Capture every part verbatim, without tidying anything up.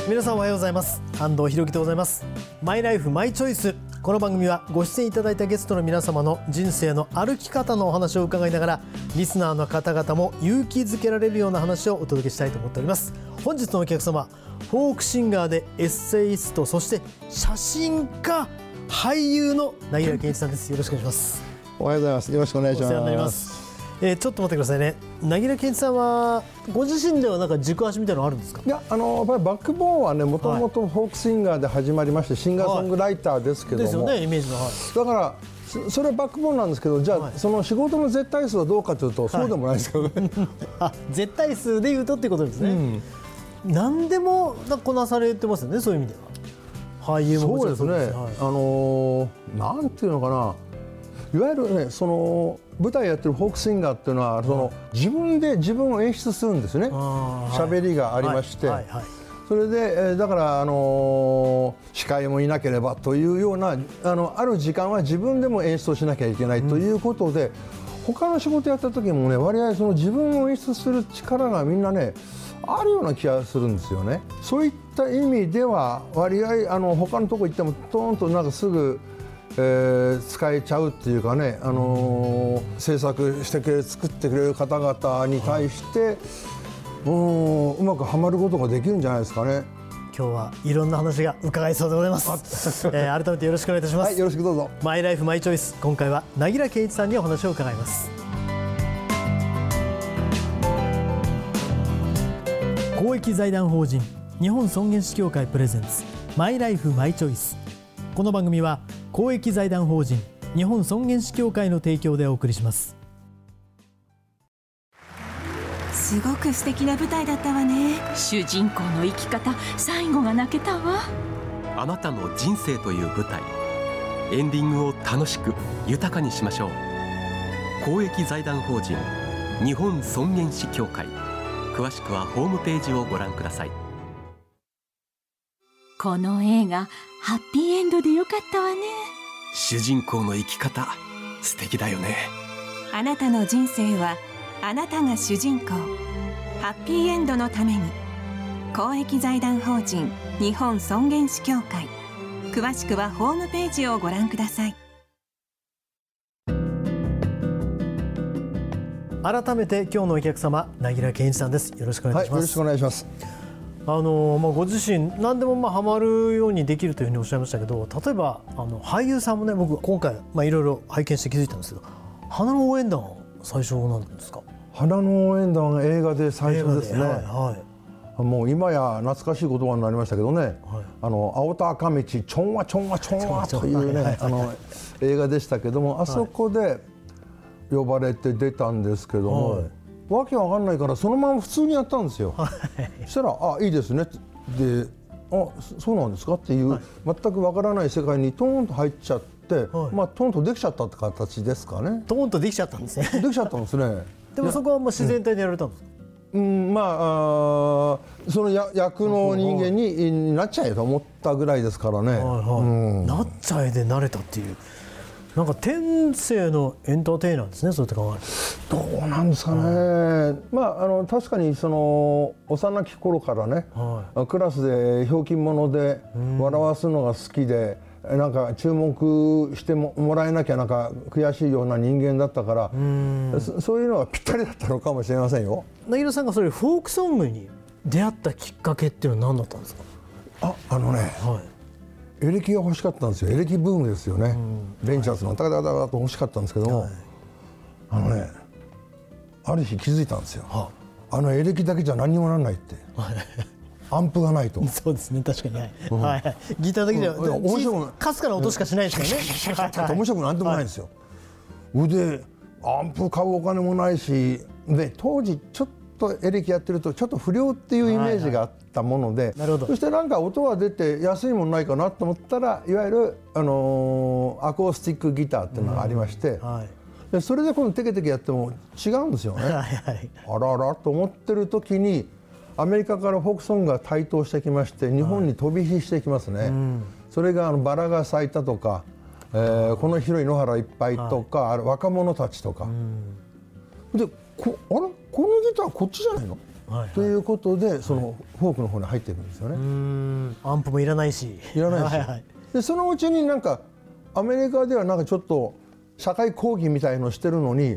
皆さんおはようございます。安藤博樹でございます。マイライフマイチョイス。この番組はご出演いただいたゲストの皆様の人生の歩き方のお話を伺いながら、リスナーの方々も勇気づけられるような話をお届けしたいと思っております。本日のお客様、フォークシンガーでエッセイスト、そして写真家、俳優の凪良健一さんです。よろしくお願いします。 おはようございます。よろしくお願いします。 お世話になります。えー、ちょっと待ってくださいね。凪良健一さんはご自身ではなんか軸足みたいなのあるんですか？ いや、あのやっぱりバックボーンはね、もともとフォークシンガーで始まりまして、シンガーソングライターですけども、 ですよね、イメージの、はい、 だからそそれはバックボーンなんですけど、じゃあ、はい、その仕事の絶対数はどうかというと、そうでもないですよね、はい、 あ、絶対数でいうとってことですね、うん、何でもこなされてますよね、そういう意味では。俳優ももちろんそうですね、はい、あのー、なんていうのかな、いわゆるね、その舞台やってるフォークシンガーっていうのは、その自分で自分を演出するんですね。喋りがありまして、はいはいはい、それでだから、あのー、司会もいなければというような、あのある時間は自分でも演出をしなきゃいけないということで、うん、他の仕事やった時もね、割合その自分を演出する力がみんなねあるような気がするんですよね。そういった意味では割合、あの他のとこ行ってもトーンとなんかすぐえー、使えちゃうっていうかね、あのー、制作してくれる、作ってくれる方々に対して、はい、うんうまくはまることができるんじゃないですかね。今日はいろんな話が伺えそうでございます、えー、改めてよろしくお願いいたします。 はい、よろしくどうぞ。 マイライフマイチョイス、今回は凪良健一さんにお話を伺います。公益財団法人日本尊厳死協会プレゼンツマイライフマイチョイス。この番組は公益財団法人日本尊厳死協会の提供でお送りします。 すごく素敵な舞台だったわね。主人公の生き方、最後が泣けたわ。 あなたの人生という舞台、エンディングを楽しく豊かにしましょう。公益財団法人日本尊厳死協会、詳しくはホームページをご覧ください。 この映画ハッピーエンドでよかったわね。 主人公の生き方、素敵だよね。 あなたの人生はあなたが主人公。ハッピーエンドのために公益財団法人日本尊厳死協会、詳しくはホームページをご覧ください。 改めて今日のお客様、凪良健一さんです。よろしくお願いします。 はい、よろしくお願いします。 あのまあ、ご自身何でもまあハマるようにできるというふうにおっしゃいましたけど、例えばあの俳優さんもね、僕今回まあいろいろ拝見して気づいたんですけど、花の応援団最初なんですか？ 花の応援団映画で最初ですね。はいはい、もう今や懐かしい言葉になりましたけどね、はい、あの青田赤道ちょんわちょんわちょんわというね、あの映画でしたけども、あそこで呼ばれて出たんですけども、はい、わけわかんないからそのまま普通にやったんですよ、はい、そしたらあいいですねで、あそうなんですかっていう、はい、全くわからない世界にトーンと入っちゃって、はい、まあトーンとできちゃったって形ですかね。 トーンとできちゃったんですね。 できちゃったんですね。 でもそこはもう自然体でやられたんですか？ うん、うん、まあ、あそのや役の人間になっちゃえと思ったぐらいですからね、はいはい、 うん、なっちゃえで慣れたっていう、なんか天性のエンターテイナーですね、そうやって考えると。どうなんですかね、はい、まあ、あの確かにその幼き頃からね、はい、クラスでひょうきん者で笑わすのが好きで、なんか注目して も, もらえなきゃなんか悔しいような人間だったから、そ, そういうのがぴったりだったのかもしれませんよ。 凪良さんがそれフォークソングに出会ったきっかけっていうのは何だったんですか？ あ、あのね、はい、エレキが欲しかったんですよ。エレキブームですよね。ベンチャーズのタカタカタカと欲しかったんですけども、はい、あのね、ある日気づいたんですよ、はあ、あのエレキだけじゃ何にもならないって、はい、アンプがないと。そうですね、確かに、はい、うん、はい、 ギターだけじゃ、うん、面白くかすかな音しかしないですよね。 面白くなんでもないんですよ、はい、でアンプ買うお金もないし、で当時ちょっとエレキやってるとちょっと不良っていうイメージがあったもので、はいはい、なるほど。そしてなんか音が出て安いものないかなと思ったら、いわゆる、あのー、アコースティックギターっていうのがありまして、うん、はい、でそれで今度テケテケやっても違うんですよね。はいはい、あらあらと思ってる時にアメリカからフォークソングが台頭してきまして、日本に飛び火してきますね、はい、うん、それがあのバラが咲いたとか、えー、この広い野原いっぱいとか、はい、若者たちとか、うん、でこあれこのギターこっちじゃないのはいはい、 ということでそのフォークの方に入っていくんですよね。 うーんアンプもいらないしいらないし、はいはい、でそのうちになんかアメリカではなんかちょっと社会講義みたいのしてるのに、はい、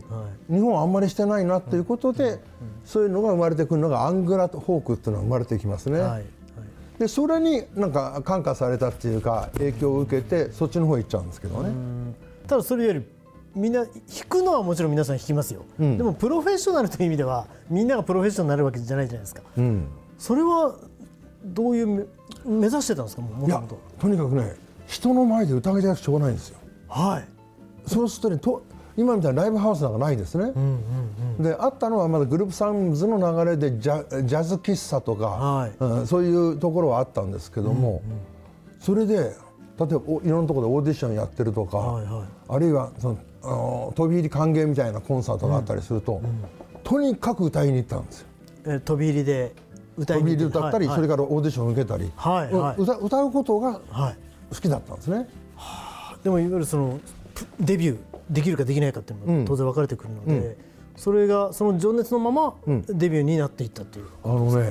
日本はあんまりしてないなということで、うんうん、そういうのが生まれてくるのがアングラフォークっていうのが生まれてきますね、はいはい、でそれになんか感化されたっていうか影響を受けてそっちの方行っちゃうんですけどね。 ただそれよりみんな弾くのはもちろん皆さん弾きますよ、うん、でもプロフェッショナルという意味ではみんながプロフェッショナルになるわけじゃないじゃないですか、うん、それはどういう目指してたんですか。もともといやとにかくね人の前で歌いたくしょうがないんですよ。はい。そうするとねと今みたいなライブハウスなんかないですね、うんうんうん、であったのはまだグループサウンズの流れでジ ャ, ジャズ喫茶とか、はいうん、そういうところはあったんですけども、うんうん、それで例えばいろんなところでオーディションやってるとか、はいはい、あるいはそのあの飛び入り歓迎みたいなコンサートがあったりすると、うんうん、とにかく歌いに行ったんですよ。 え飛び入りで歌いに行って飛び入りで歌ったり、はいはい、それからオーディションを受けたり、はいはい、歌, 歌うことが好きだったんですね、 はい、でもいわゆるそのデビューできるかできないかっていうのが当然分かれてくるので、うんうん、それがその情熱のままデビューになっていったっていう、 うん、あのね、はい、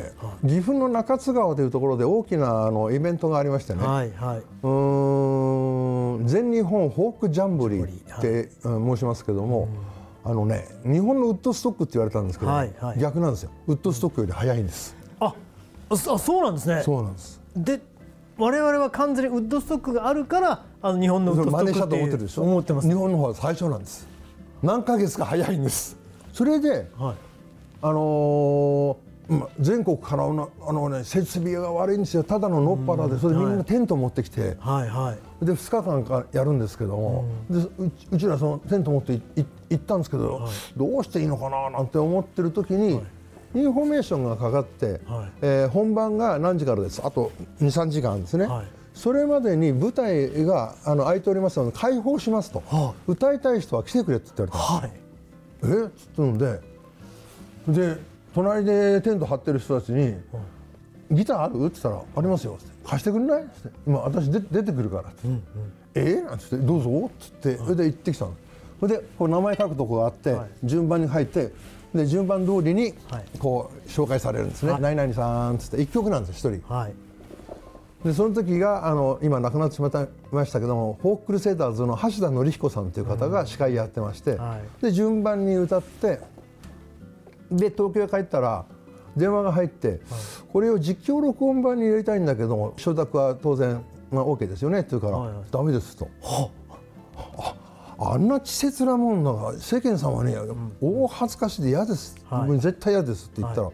岐阜の中津川というところで大きなあのイベントがありましてね、はいはい、うーん全日本フォークジャンボリーって、はい、申しますけども、うん、あのね日本のウッドストックって言われたんですけど、はいはい、逆なんですよ。ウッドストックより早いんです、 うん、あ, あそうなんですね。 そうなんです。 で我々は完全にウッドストックがあるからあの日本のウッドストックっていう真似したと思ってるでしょ。思ってます。 日本の方は最初なんです。何ヶ月か早いんです。それで、はい、あのー、全国からのあの、ね、設備が悪いんですよ。ただののっぱらで、それでみんなテント持ってきて、はいはい、でふつかかんかやるんですけども、うん、で う, うちらそのテント持っていい行ったんですけど、はい、どうしていいのかななんて思ってる時に、はいインフォメーションがかかって、はいえー、本番が何時からです。あと に,さん 時間あるんですね、はい、それまでに舞台があの空いておりますので開放しますと、はあ、歌いたい人は来てくれって言って言われたんです、はい、えっつってんでで隣でテント張ってる人たちに、はあ、ギターあるって言ったらありますよって貸してくれないって今私で出てくるからって、うんうん、えー、なんつってどうぞって言って、はい、それで行ってきたの。それでこう名前書くとこがあって、はい、順番に入ってで順番通りにこう紹介されるんですね、はい、何々さんつっていっきょくなんですよひとり、はい、でその時があの今亡くなってしまいましたけどもフォーククルセイダーズの橋田紀彦さんという方が司会やってまして、うんはい、で順番に歌ってで東京へ帰ったら電話が入って、はい、これを実況録音版に入れたいんだけども承諾は当然、まあ、OK ですよねって言うから、はいはい、ダメですと、はああんな稚拙なもんだから世間様に、うん、大恥ずかしいで嫌です、はい、絶対嫌ですって言ったら、はい、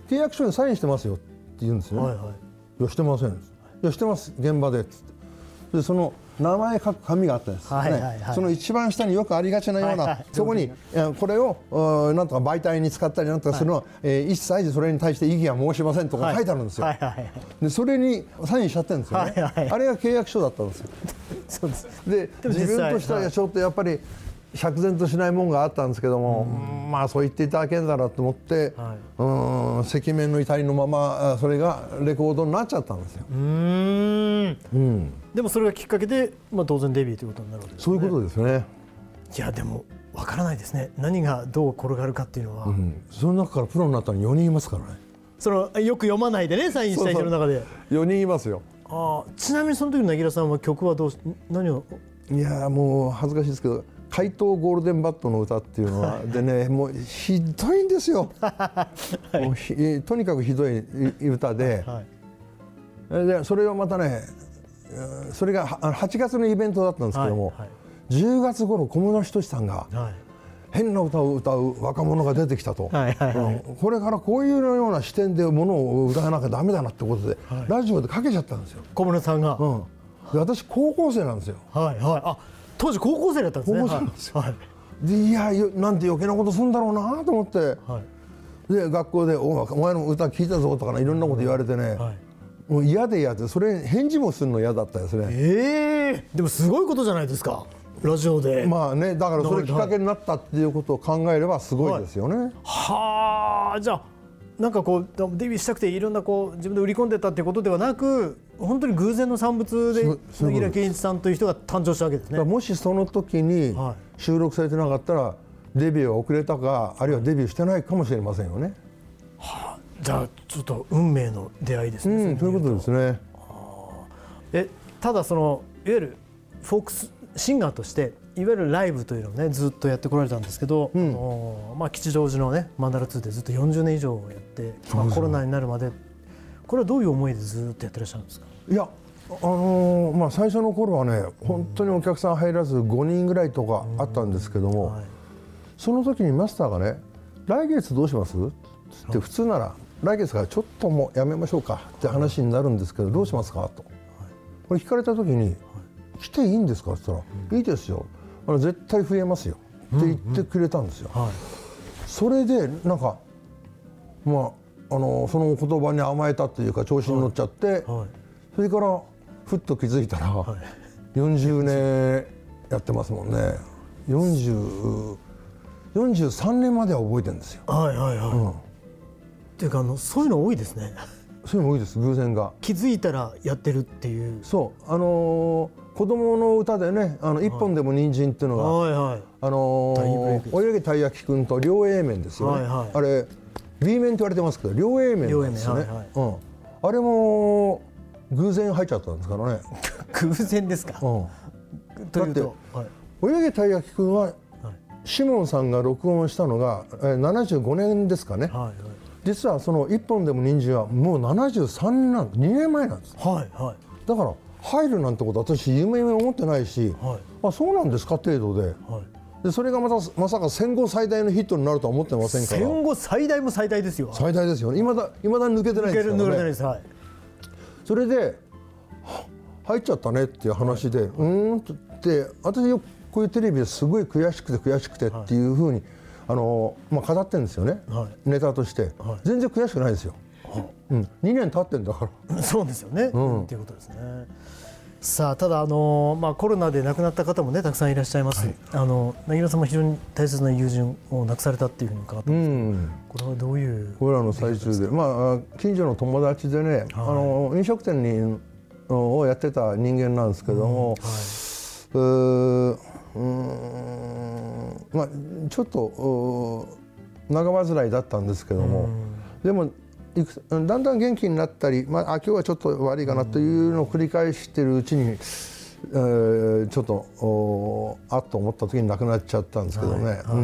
契約書にサインしてますよって言うんですよね、はいはい、いやしてません、いやしてます現場でってでその名前書く紙があったんです、はいはいはい、その一番下によくありがちなような、はいはい、そこにこれをなんとか媒体に使ったりなんとかするのは、はいえー、一切それに対して異議は申しませんとか書いてあるんですよ、はいはいはいはい、でそれにサインしちゃってるんですよね、はいはい、あれが契約書だったんですよそうですで自分としてはちょっとやっぱり釈然としないもんがあったんですけども、うん、まあそう言っていただけるならと思って、はい、うん赤面の至りのままそれがレコードになっちゃったんですよ。うーん、うん、でもそれがきっかけで、まあ、当然デビューということになるわけですね。そういうことですね。いやでもわからないですね。何がどう転がるかっていうのは、うん、その中からプロになったのよにんいますからね。そのよく読まないでねサインした人の中でそうそうよにんいますよ。あちなみにその時の凪良さんは曲はどう何をいやもう恥ずかしいですけど怪盗ゴールデンバットの歌っていうのはでねもうひどいんですよ、はい、もうひとにかくひどい歌で、はい、でそれをまたねそれがはちがつのイベントだったんですけども、はいはい、じゅうがつ頃小室仁さんが、はい、変な歌を歌う若者が出てきたと、はいはいはいうん、これからこういうような視点でものを歌わなきゃダメだなってことで、はい、ラジオでかけちゃったんですよ小室さんが、うん、で私高校生なんですよ、はいはい、あ当時高校生だったんですね。高校生なんですよ、はい、でいやなんて余計なことするんだろうなと思って、はい、で学校で お, お前の歌聞いたぞとか、ね、いろんなこと言われてね、はい、もう嫌で嫌でそれ返事もするの嫌だったですね。えー、でもすごいことじゃないですかラジオで。まあねだからそれきっかけになったっていうことを考えればすごいですよね。はい、はあじゃあなんかこうデビューしたくていろんなこう自分で売り込んでたっていうことではなく本当に偶然の産物で凪良健一さんという人が誕生したわけですね。もしその時に収録されてなかったらデビューは遅れたかあるいはデビューしてないかもしれませんよね。はあ、 じゃあちょっと運命の出会いですね。 うん、そういうことですね。 えただそのいわゆるフォークスシンガーとしていわゆるライブというのをねずっとやってこられたんですけど、うん、あのまあ、吉祥寺のねマンダラツーでずっとよんじゅうねん以上やって、まあ、コロナになるまでこれはどういう思いでずっとやってらっしゃるんですか？ いや、あのーまあ、最初の頃はね本当にお客さん入らずごにんぐらいとかあったんですけども、はい、その時にマスターがね来月どうしますって普通なら来月からちょっともうやめましょうかって話になるんですけど、どうしますかとこれ聞かれた時に来ていいんですかって言ったらいいですよ、あの絶対増えますよって言ってくれたんですよ。それでなんかまああのその言葉に甘えたというか調子に乗っちゃって、それからふっと気づいたらよんじゅうねんやってますもんね。よんじゅう、よんじゅうさんねんまでは覚えてるんですよ。 はいはいはい、うん、っていうかあのそういうの多いですね。 そういうの多いです。偶然が気づいたらやってるっていう。 そうあのー、子供の歌でねあの一本でも人参っていうのが、はいはい、あのー、泳げたい焼きくんと両 A 面ですよね、はいはい、あれ B 面って言われてますけど両 A 面なんですよね、はいはい、うん、あれも偶然入っちゃったんですからね。 偶然ですか？うん、 だって、はい、泳げたい焼きくんは、はい、シモンさんが録音したのがななじゅうごねんですかね、はいはい、実はその一本でも人参はもうななじゅうさんねんなんです。にねんまえなんです、はいはい、だから入るなんてこと私夢夢思ってないし、はい、あそうなんですか程度で、はい、でそれがまたまさか戦後最大のヒットになるとは思ってませんから。 戦後最大も最大ですよ。 最大ですよね。いまだいまだに抜けてないですからね。抜けてないです、はい、それで入っちゃったねっていう話で、はい、うーんって私よくこういうテレビですごい悔しくて悔しくてっていうふうに、はい、あのまあ、語ってるんですよね、はい、ネタとして、はい、全然悔しくないですよ、はい、うん、にねん経ってんだからそうですよね、うん、っていうことですね。さあただあの、まあ、コロナで亡くなった方もねたくさんいらっしゃいます、はい、あの凪良さんも非常に大切な友人を亡くされたっていうふうに伺ったんですけど、うん、これはどういうこれらの最中で、まあ、近所の友達でね、はい、あの飲食店にをやってた人間なんですけども、うんはい、うーんまあ、ちょっと長患いだったんですけども、でもいくだんだん元気になったり、まあ、あ今日はちょっと悪いかなというのを繰り返しているうちに、えー、ちょっとあっと思った時に亡くなっちゃったんですけどね、はいはいはい、うん、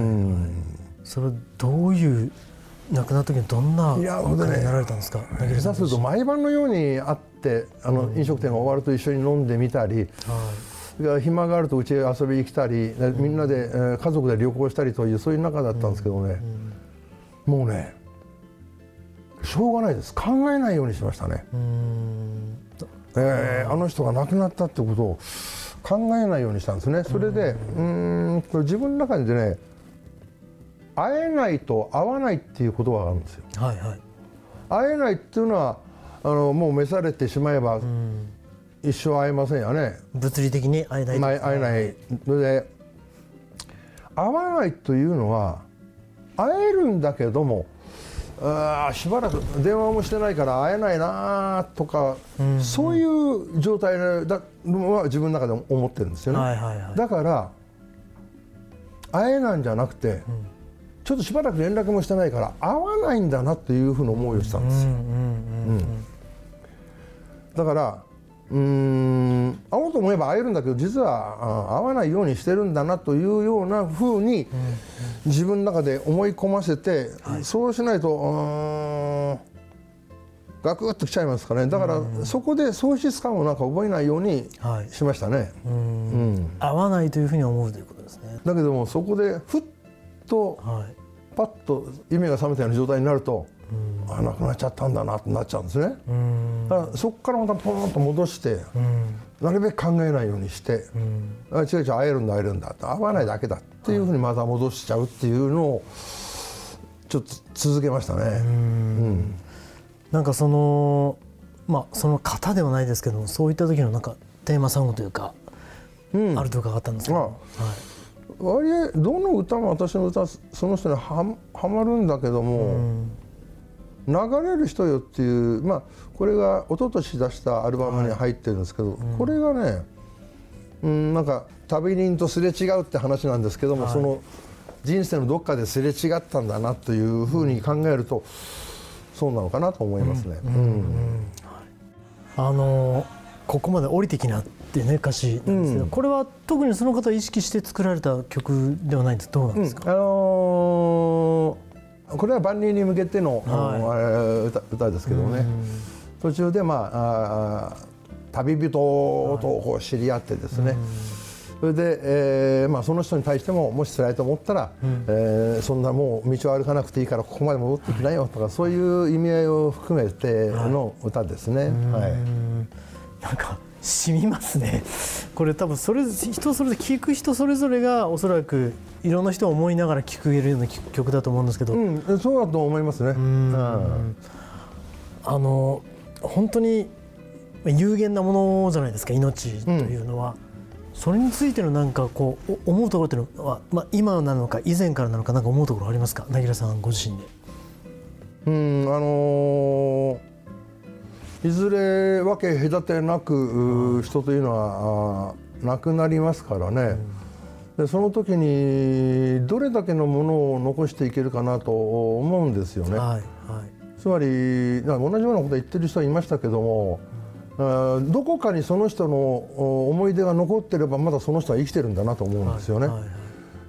それどういう亡くなった時にどんな感じになられたんですか？ 下手すると毎晩のように会ってあの、うん、飲食店が終わると一緒に飲んでみたり、はい、暇があるとうちへ遊びに来たり、うん、みんなで、えー、家族で旅行したりというそういう中だったんですけどね、うんうん、もうねしょうがないです。考えないようにしましたね。うーん、えー、あの人が亡くなったってことを考えないようにしたんですね。それでうーんこれ自分の中でね会えないと会わないっていう言葉があるんですよ、はいはい、会えないっていうのはあのもう召されてしまえば一生会えませんよね。 物理的に会えない、 まあ、会えないので会わないというのは会えるんだけどもあしばらく電話もしてないから会えないなとか、うんうん、そういう状態だは自分の中で思ってるんですよね、はいはいはい、だから会えないんじゃなくて、うん、ちょっとしばらく連絡もしてないから会わないんだなっていうふうな思いをしたんですよ。だからうーん会おうと思えば会えるんだけど実は会わないようにしてるんだなというようなふうに自分の中で思い込ませて、はい、そうしないとうーんガクッときちゃいますかね。だからそこで喪失感をなんか覚えないようにしましたね、はい、うん、 うん、会わないというふうに思うということですね。 だけどもそこでふっとパッと夢が覚めたような状態になると、うん、あ亡くなっちゃったんだなってなっちゃうんですね。うん、だからそこからまたポーンと戻して、うん、なるべく考えないようにして、うん、あ違う違う会えるんだ会えるんだ会わないだけだっていうふうにまた戻しちゃうっていうのをちょっと続けましたね。うん、うん、 なんかそのまあその型ではないですけどそういった時のなんかテーマソングというか、うん、あると伺ったんですけど、はい、 割合どの歌も私の歌その人に は, はまるんだけども、うん、流れる人よっていう、まあ、これが一昨年出したアルバムに入ってるんですけど、はい、これがね、うん、なんか旅人とすれ違うって話なんですけども、はい、その人生のどっかですれ違ったんだなというふうに考えると、うん、 そうなのかなと思いますね。 うんうんうん、あのここまで降りてきなってね歌詞なんですけど、うん、これは特にその方を意識して作られた曲ではないんです。どうなんですか？ うん、あのー、これは万人に向けての、はい、歌, 歌ですけどね、うん、途中で、まあ、あ旅人とこう知り合ってですね、はい、それで、えーまあ、その人に対してももし辛いと思ったら、うんえー、そんなもう道を歩かなくていいからここまで戻ってきなよとか、そういう意味合いを含めての歌ですね。はい、 なんか染みますね。これ多分それ人それぞれ聴く人それぞれがおそらくいろんな人を思いながら聴くような曲だと思うんですけど、 うん、そうだと思いますね。うん、 あの本当に有限なものじゃないですか、命というのは、うん、それについてのなんかこう思うところというのは、まあ、今なのか以前からなのかなんか思うところありますか、凪良さんご自身で。 うんあのー、いずれ分け隔てなく人というのはなくなりますからね、うん、でその時にどれだけのものを残していけるかなと思うんですよね。はいはい、つまり同じようなこと言ってる人はいましたけども、どこかにその人の思い出が残っていればまだその人は生きてるんだなと思うんですよね。はいはいはい、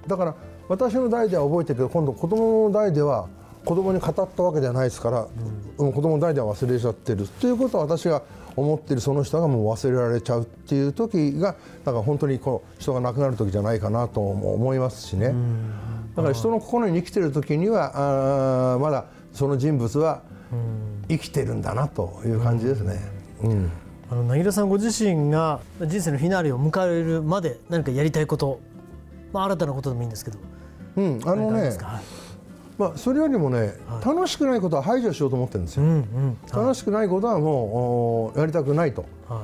だから私の代では覚えてるけど、今度子供の代では子供に語ったわけではないですから、うん、子供の代では忘れちゃってるということは、私が思っているその人がもう忘れられちゃうっていう時が、だから本当にこう人が亡くなる時じゃないかなと思いますしね。うん、だから人の心に生きてる時にはあまだその人物は生きてるんだなという感じですね。うんうん、 あの凪良さんご自身が人生のフィナーレを迎えるまで何かやりたいこと、まあ、新たなことでもいいんですけど、 うん、あのね、まあ、それよりもね、はい、楽しくないことは排除しようと思ってるんですよ。うんうん、楽しくないことはもうやりたくないと、はい、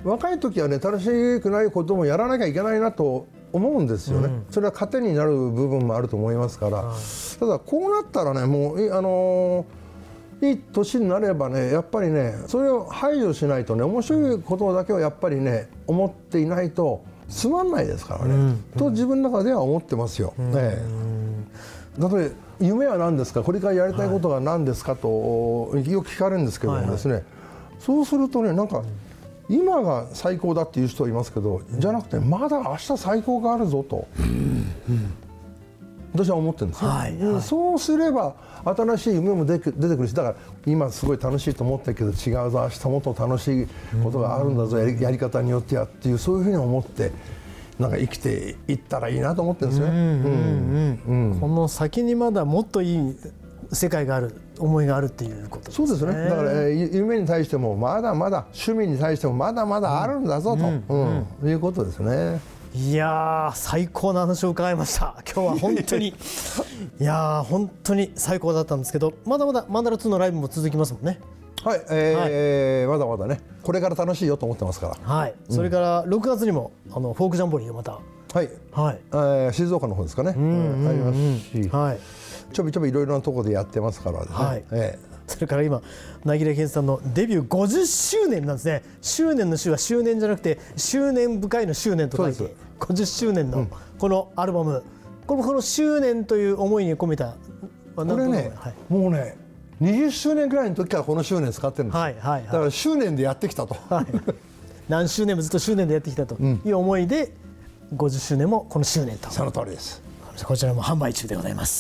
若い時はね楽しくないこともやらなきゃいけないなと思うんですよね。うん、それは糧になる部分もあると思いますから、はい、ただこうなったらねもうあのーいい年になればね、やっぱりねそれを排除しないとね、面白いことだけをやっぱりね思っていないとつまんないですからね、うん、と自分の中では思ってますよ。うんね、だって夢は何ですか、これからやりたいことが何ですかとよく聞かれるんですけどもですね、はいはい、そうするとねなんか今が最高だっていう人はいますけど、じゃなくてまだ明日最高があるぞと、うんうん私は思ってるんですよ。はいはい、そうすれば新しい夢も出てくるし、だから今すごい楽しいと思ったけど違うぞ、明日もっと楽しいことがあるんだぞ、やり、やり方によってはっていう、そういうふうに思ってなんか生きていったらいいなと思ってるんですよね。 この先にまだもっといい世界がある、思いがあるっていうことですね。 そうですね。だから、えー、夢に対してもまだまだ、趣味に対してもまだまだあるんだぞと、うんうんうん、いうことですね。 いやー最高な話を伺いました。今日は本当にいやー本当に最高だったんですけど、まだまだマンダラツーのライブも続きますもんね。 はい、えーはい、まだまだねこれから楽しいよと思ってますから。 はい、うん、それからろくがつにもあのフォークジャンボリーがまたはい、はいえー、静岡の方ですかね、うんうんうん、ありますし、はい、ちょびちょびいろいろなところでやってますからね。はい、えーそれから今凪良健さんのデビューごじゅっしゅうねんなんですね。周年の周は周年じゃなくて執念深いの執念と書いてごじゅっしゅうねんのこのアルバム、うん、このこの執念という思いに込めたこれね、はい、もうねにじゅっしゅうねんくらいの時からこの執念使ってるんですよ。はいはいはい、だから執念でやってきたと、はい、 何周年もずっと執念でやってきたという思いで、うん、ごじゅっしゅうねんもこの執念と。 その通りです。 こちらも販売中でございます。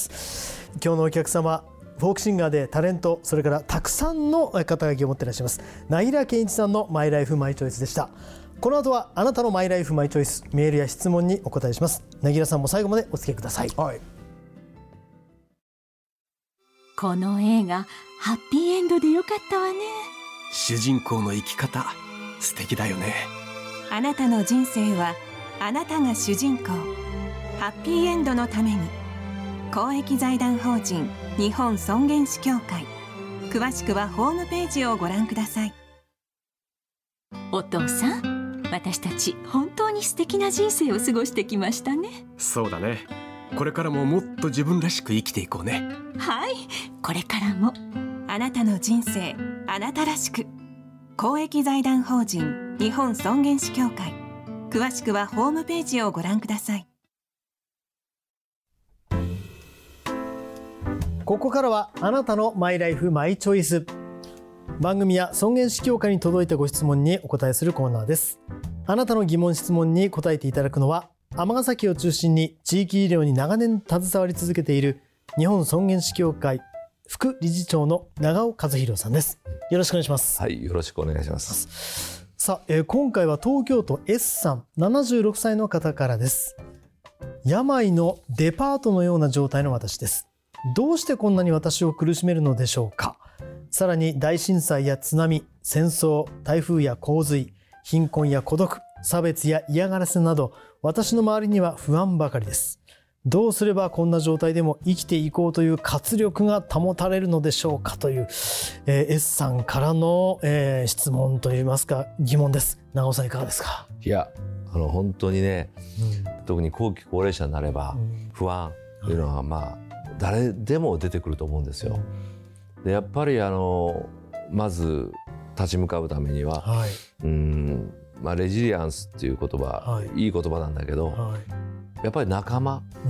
今日のお客様フォークシンガーでタレント、それからたくさんの肩書きを持っていらっしゃいます凪良健一さんのマイライフマイチョイスでした。この後はあなたのマイライフマイチョイス、メールや質問にお答えします。凪良さんも最後までお付き合いください。はい、 この映画ハッピーエンドでよかったわね。 主人公の生き方素敵だよね。 あなたの人生はあなたが主人公。ハッピーエンドのために公益財団法人日本尊厳死協会、詳しくはホームページをご覧ください。お父さん、私たち本当に素敵な人生を過ごしてきましたね。 そうだね。これからももっと自分らしく生きていこうね。 はい、これからもあなたの人生あなたらしく、公益財団法人日本尊厳死協会、詳しくはホームページをご覧ください。 ここからはあなたのマイライフマイチョイス。番組や尊厳死協会に届いたご質問にお答えするコーナーです。あなたの疑問質問に答えていただくのは、尼崎を中心に地域医療に長年携わり続けている日本尊厳死協会副理事長の長尾和弘さんです。よろしくお願いします。 はい、よろしくお願いします。 さあ、えー、今回は東京都 S さんななじゅうろくさいの方からです。病のデパートのような状態の私です。どうしてこんなに私を苦しめるのでしょうか。さらに大震災や津波、戦争、台風や洪水、貧困や孤独、差別や嫌がらせなど、私の周りには不安ばかりです。どうすればこんな状態でも生きていこうという活力が保たれるのでしょうかという、えー、S さんからの、えー、質問といいますか疑問です。長尾さんいかがですか。 いや、あの本当にね、うん、特に後期高齢者になれば不安というのは、まあ、はい、誰でも出てくると思うんですよ。でやっぱりあのまず立ち向かうためには、はい、うーんまあ、レジリアンスっていう言葉、はい、いい言葉なんだけど、はい、やっぱり仲間、うん、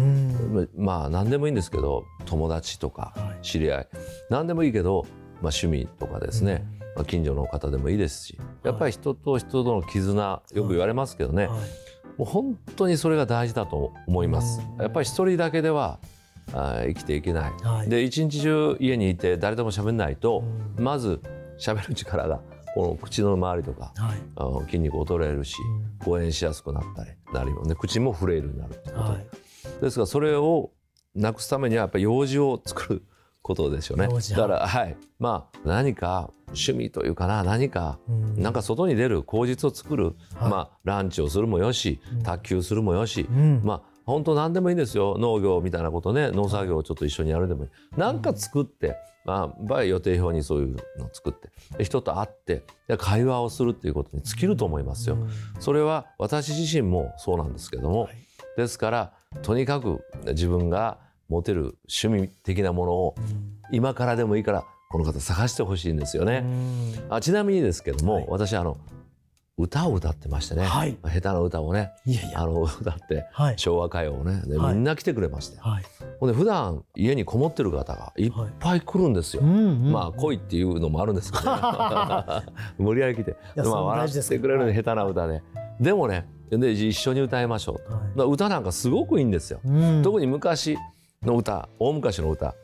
まあ何でもいいんですけど、友達とか知り合い、はい、何でもいいけど、まあ、趣味とかですね、うん、まあ、近所の方でもいいですし、やっぱり人と人との絆、よく言われますけどね、はいはい、もう本当にそれが大事だと思います。やっぱり一人だけではあ生きていけない、はい、で一日中家にいて誰とも喋んないと、うん、まず喋る力がこの口の周りとか、はい、あの筋肉衰えるし、うん、誤嚥しやすくなったりなるよね。口もフレイルになるってこと、はい、ですからそれをなくすためにはやっぱり用事を作ることですよね。だから、はい、まあ何か趣味というかな、何か、うん、なんか外に出る口実を作る、はい、まあランチをするもよし、卓球するもよし、うん、まあ本当何でもいいんですよ。農業みたいなことね、農作業をちょっと一緒にやるでもいい。なんか作って、まあ、場合予定表にそういうのを作って、人と会って会話をするっていうことに尽きると思いますよ。それは私自身もそうなんですけども、ですからとにかく自分が持てる趣味的なものを今からでもいいからこの方探してほしいんですよね。あちなみにですけども、はい、私あの歌を歌ってましてね、はい、下手な歌をね、いやいやあの歌って、はい、昭和歌謡をね、で、はい、みんな来てくれまして、はい、ほんで普段家にこもってる方がいっぱい来るんですよ、はい、まあ来いっていうのもあるんですけど、ね、無理やり来て、まあ、笑ってくれる、ね、下手な歌で、はい、でもねで一緒に歌いましょう、はい、だ歌なんかすごくいいんですよ、特に昔の歌、大昔の歌、はい、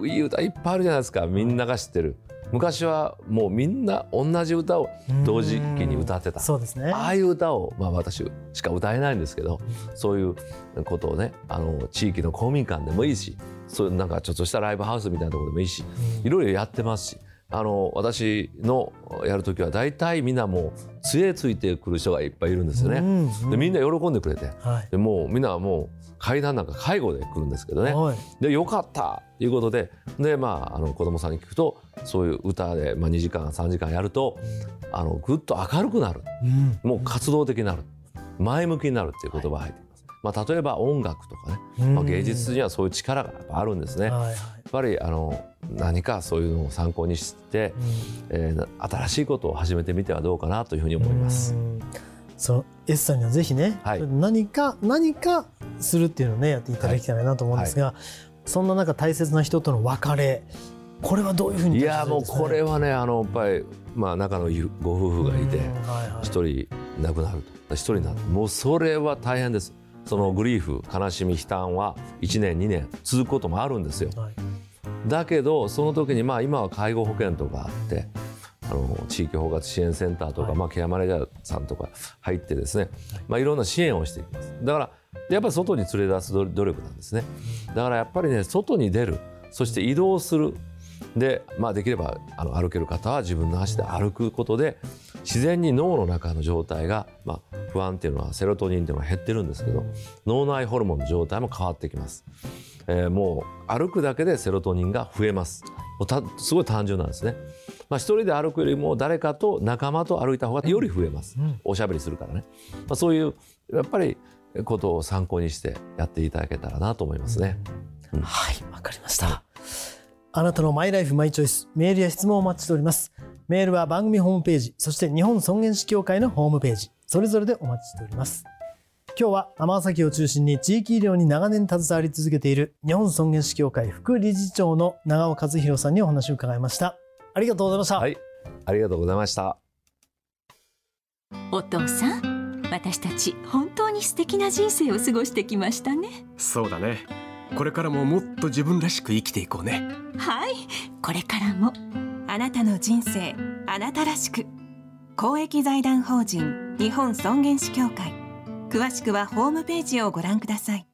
いい歌いっぱいあるじゃないですか。みんなが知ってる。昔はもうみんな同じ歌を同時期に歌ってた。そうですね。ああいう歌を、まあ、私しか歌えないんですけど、そういうことをね、あの地域の公民館でもいいし、そういうなんかちょっとしたライブハウスみたいなところでもいいし、いろいろやってますし、あの私のやるときは大体みんなもう杖ついてくる人がいっぱいいるんですよね。でみんな喜んでくれて、はい、でもうみんなもう階段なんか介護で来るんですけどね、はい、でよかったということで、で、まあ、あの子供さんに聞くと、そういう歌で、まあ、にじかんさんじかんやると、うん、あのぐっと明るくなる、うん、もう活動的になる、前向きになるっていう言葉が入っています、はい、まあ、例えば音楽とかね、うん、まあ、芸術にはそういう力がやっぱあるんですね、はいはい、やっぱりあの何かそういうのを参考にして、うん、えー、新しいことを始めてみてはどうかなというふうに思います。うん、 その S さんにはぜひね、はい、何か何かするっていうのをねやっていただきたいなと思うんですが、はいはい、そんな中大切な人との別れ、これはどういうふうに、ね、 いやもうこれはね、あのやっぱり、まあ、仲のいいご夫婦がいて一人亡くなると、一人になると、もうそれは大変です。そのグリーフ、悲しみ、悲嘆はいちねんにねん続くこともあるんですよ、はい、だけどその時に、まあ、今は介護保険とかあって、あの地域包括支援センターとか、はい、まあ、ケアマネージャーさんとか入ってですね、はい、まあ、いろんな支援をしていきます。だからやっぱり外に連れ出す努力なんですね。だからやっぱりね、外に出る、そして移動する、で、まあ、できればあの歩ける方は自分の足で歩くことで自然に脳の中の状態が、まあ、不安っていうのはセロトニンっていうのは減ってるんですけど、脳内ホルモンの状態も変わってきます、えー、もう歩くだけでセロトニンが増えます。もうたすごい単純なんですね。まあ、一人で歩くよりも誰かと仲間と歩いた方がより増えます、うん、おしゃべりするからね、まあ、そういうやっぱりことを参考にしてやっていただけたらなと思いますね、 うんうん、はい、わかりました。あなたのマイライフマイチョイス、メールや質問をお待ちしております。メールは番組ホームページ、そして日本尊厳死協会のホームページ、それぞれでお待ちしております。 今日は尼崎を中心に地域医療に長年携わり続けている日本尊厳死協会副理事長の長尾和弘さんにお話を伺いました。ありがとうございました。 はい、ありがとうございました。 お父さん、私たち本当に素敵な人生を過ごしてきましたね。 そうだね。これからももっと自分らしく生きていこうね。 はい、これからもあなたの人生あなたらしく。公益財団法人日本尊厳死協会。詳しくはホームページをご覧ください。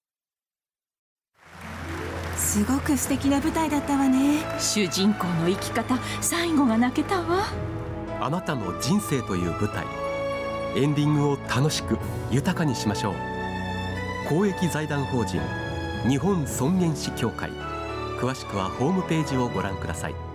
すごく素敵な舞台だったわね。 主人公の生き方、最後が泣けたわ。 あなたの人生という舞台、エンディングを楽しく豊かにしましょう。公益財団法人日本尊厳死協会。詳しくはホームページをご覧ください。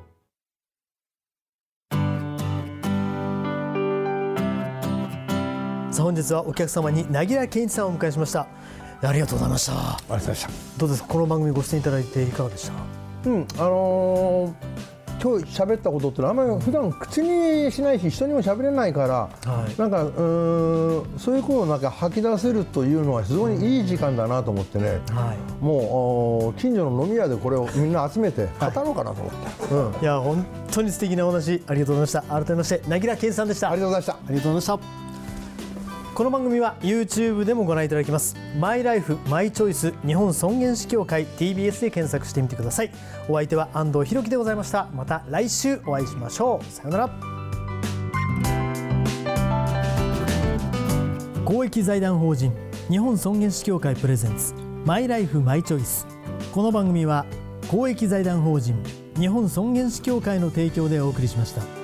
さあ本日はお客様に凪良健一さんをお迎えしました。ありがとうございました。 ありがとうございました。 どうですか、この番組ご出演いただいていかがでしたか？ うんあのー、今日喋ったことってのはあんまり普段口にしないし人にも喋れないから、はい、なんかうーんそういうことをなんか吐き出せるというのは非常にいい時間だなと思ってね、はい、もう近所の飲み屋でこれをみんな集めて語ろうかなと思って、はいうん、いや本当に素敵なお話ありがとうございました。改めまして凪良健一さんでした。 ありがとうございました。 ありがとうございました。この番組は YouTube でもご覧いただけます。マイライフマイチョイス日本尊厳死協会 ティービーエス で検索してみてください。お相手は安藤弘樹でございました。また来週お会いしましょう。さようなら。公益財団法人日本尊厳死協会プレゼンツマイライフマイチョイス。この番組は公益財団法人日本尊厳死協会の提供でお送りしました。